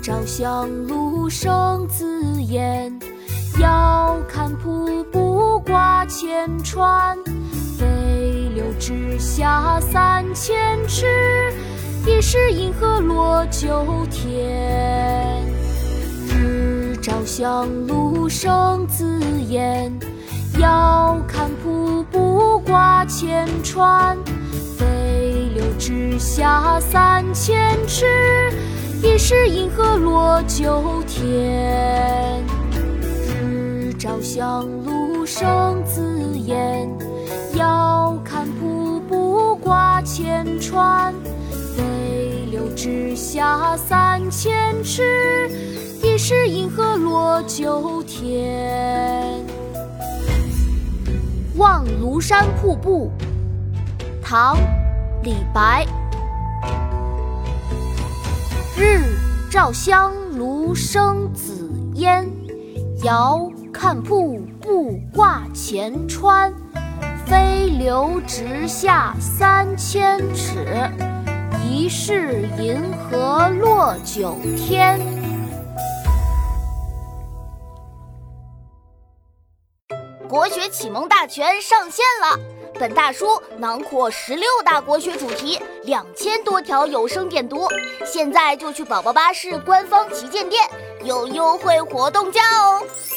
照香炉生紫烟，遥看瀑布挂前川。飞流直下3000尺，疑是银河落9天。日照香炉生紫烟，遥看瀑布挂前川。飞流直下3000尺，疑是银河落9天。日照香炉生紫烟，遥看瀑布挂前川。飞流直下3000尺，疑是银河落9天。望庐山瀑布，唐·李白。日照香炉生紫烟，遥看瀑布挂前川。飞流直下3000尺，疑是银河落9天。 国学启蒙大全上线了！本大书囊括16大国学主题，2000多条有声点读。现在就去宝宝巴士官方旗舰店，有优惠活动价哦！